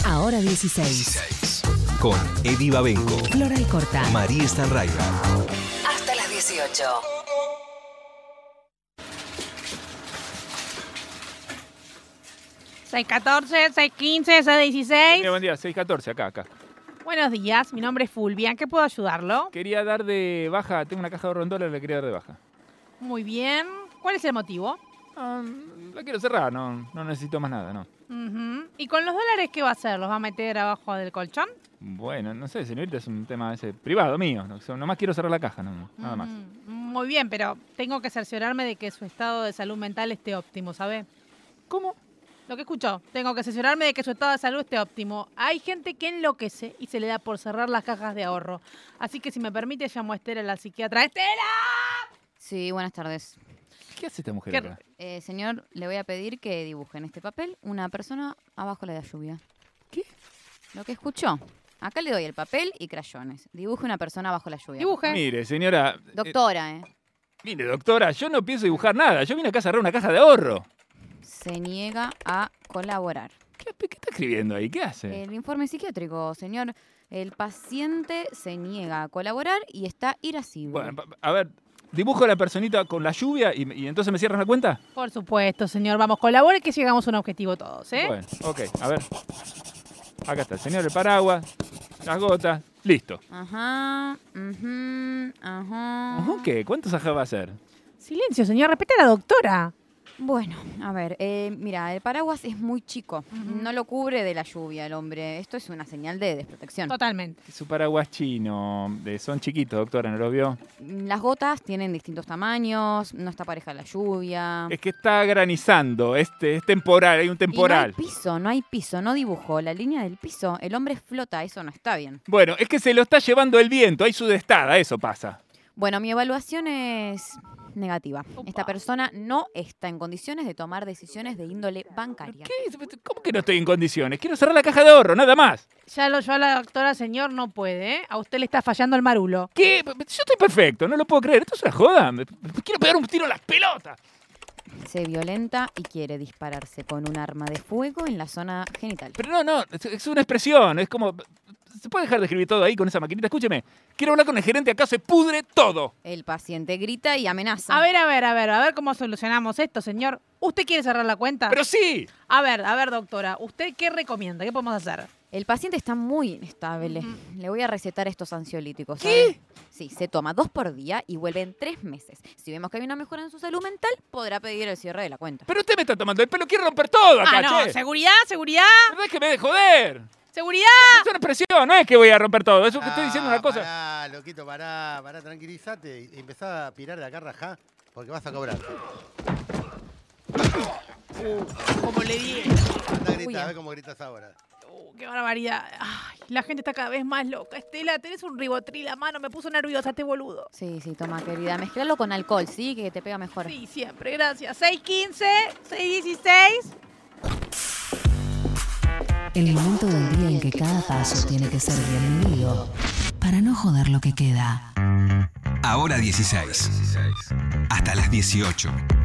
Ahora 16. Con Eddie Babenco, Floral Corta, María Stanraiver. hasta las 18. ¿614, 615, 616? Buen día, 614, acá. Buenos días, mi nombre es Fulvia. ¿En qué puedo ayudarlo? Quería dar de baja, tengo una caja de ahorro en dólares, la quería dar de baja. Muy bien. ¿Cuál es el motivo? La quiero cerrar, no necesito más nada, no. ¿Y con los dólares qué va a hacer? ¿Los va a meter abajo del colchón? Bueno, no sé, señorita, es un tema ese privado mío. Nomás quiero cerrar la caja, nada más. Muy bien, pero tengo que cerciorarme de que su estado de salud mental esté óptimo, ¿sabe? ¿Cómo? Lo que escuchó, tengo que cerciorarme de que su estado de salud esté óptimo. Hay gente que enloquece y se le da por cerrar las cajas de ahorro. Así que si me permite, llamo a Estela, la psiquiatra. ¡Estela! Sí, buenas tardes. ¿Qué hace esta mujer ¿Qué? acá? Señor, le voy a pedir que dibuje en este papel una persona abajo de la lluvia. ¿Qué? Lo que escuchó. Acá le doy el papel y crayones. Dibuje una persona bajo la lluvia. Dibuje. Mire, señora... Doctora, mire, doctora, yo no pienso dibujar nada. Yo vine acá a cerrar una caja de ahorro. Se niega a colaborar. ¿Qué está escribiendo ahí? ¿Qué hace? El informe psiquiátrico, señor. El paciente se niega a colaborar y está irascible. Bueno, a ver, dibujo a la personita con la lluvia y entonces me cierran la cuenta. Por supuesto, señor. Vamos, colabore que llegamos a un objetivo todos, ¿eh? Bueno, ok, a ver. Acá está, señor, el paraguas, las gotas, listo. Ajá. ¿Qué? ¿Cuántos ajá va a ser? Silencio, señor. Respete a la doctora. Bueno, a ver, mira, el paraguas es muy chico. No lo cubre de la lluvia el hombre. Esto es una señal de desprotección. Totalmente. Su paraguas chino, son chiquitos, doctora, ¿no los vio? Las gotas tienen distintos tamaños, no está pareja la lluvia. Es que está granizando, es temporal, hay un temporal. Y no hay piso, no dibujó la línea del piso. El hombre flota, eso no está bien. Bueno, es que se lo está llevando el viento, hay sudestada, eso pasa. Bueno, mi evaluación es negativa. Opa. Esta persona no está en condiciones de tomar decisiones de índole bancaria. ¿Qué? ¿Cómo que no estoy en condiciones? Quiero cerrar la caja de ahorro, nada más. Ya lo oyó a la doctora, señor, no puede, ¿eh? A usted le está fallando el marulo. ¿Qué? Yo estoy perfecto, no lo puedo creer. Esto es una joda. Me quiero pegar un tiro en las pelotas. Se violenta y quiere dispararse con un arma de fuego en la zona genital. Pero no, es una expresión, es como... ¿Se puede dejar de escribir todo ahí con esa maquinita? Escúcheme, quiero hablar con el gerente, acá se pudre todo. El paciente grita y amenaza. A ver cómo solucionamos esto, señor. ¿Usted quiere cerrar la cuenta? ¡Pero sí! A ver, doctora, ¿usted qué recomienda? ¿Qué podemos hacer? El paciente está muy inestable. Le voy a recetar estos ansiolíticos. ¿Qué? ¿Sabe? Sí, se toma 2 por día y vuelve en 3 meses. Si vemos que hay una mejora en su salud mental, podrá pedir el cierre de la cuenta. Pero usted me está tomando el pelo, quiere romper todo acá, no, che. seguridad. Pero déjeme de joder. ¡Seguridad! Es una expresión, no es que voy a romper todo. Eso que estoy diciendo una cosa. Pará, loquito, pará, tranquilízate y empezá a pirar de acá, rajá, porque vas a cobrar. Como le dije. Anda a Uy, gritar, a ver cómo gritas ahora. ¡Qué barbaridad! Ay, la gente está cada vez más loca. Estela, tenés un ribotril a mano, me puso nerviosa este boludo. Sí, toma, querida. Mezclalo con alcohol, ¿sí? Que te pega mejor. Sí, siempre, gracias. 615, 616. El momento del día en que cada paso tiene que ser bien medido para no joder lo que queda. Ahora 16. Hasta las 18.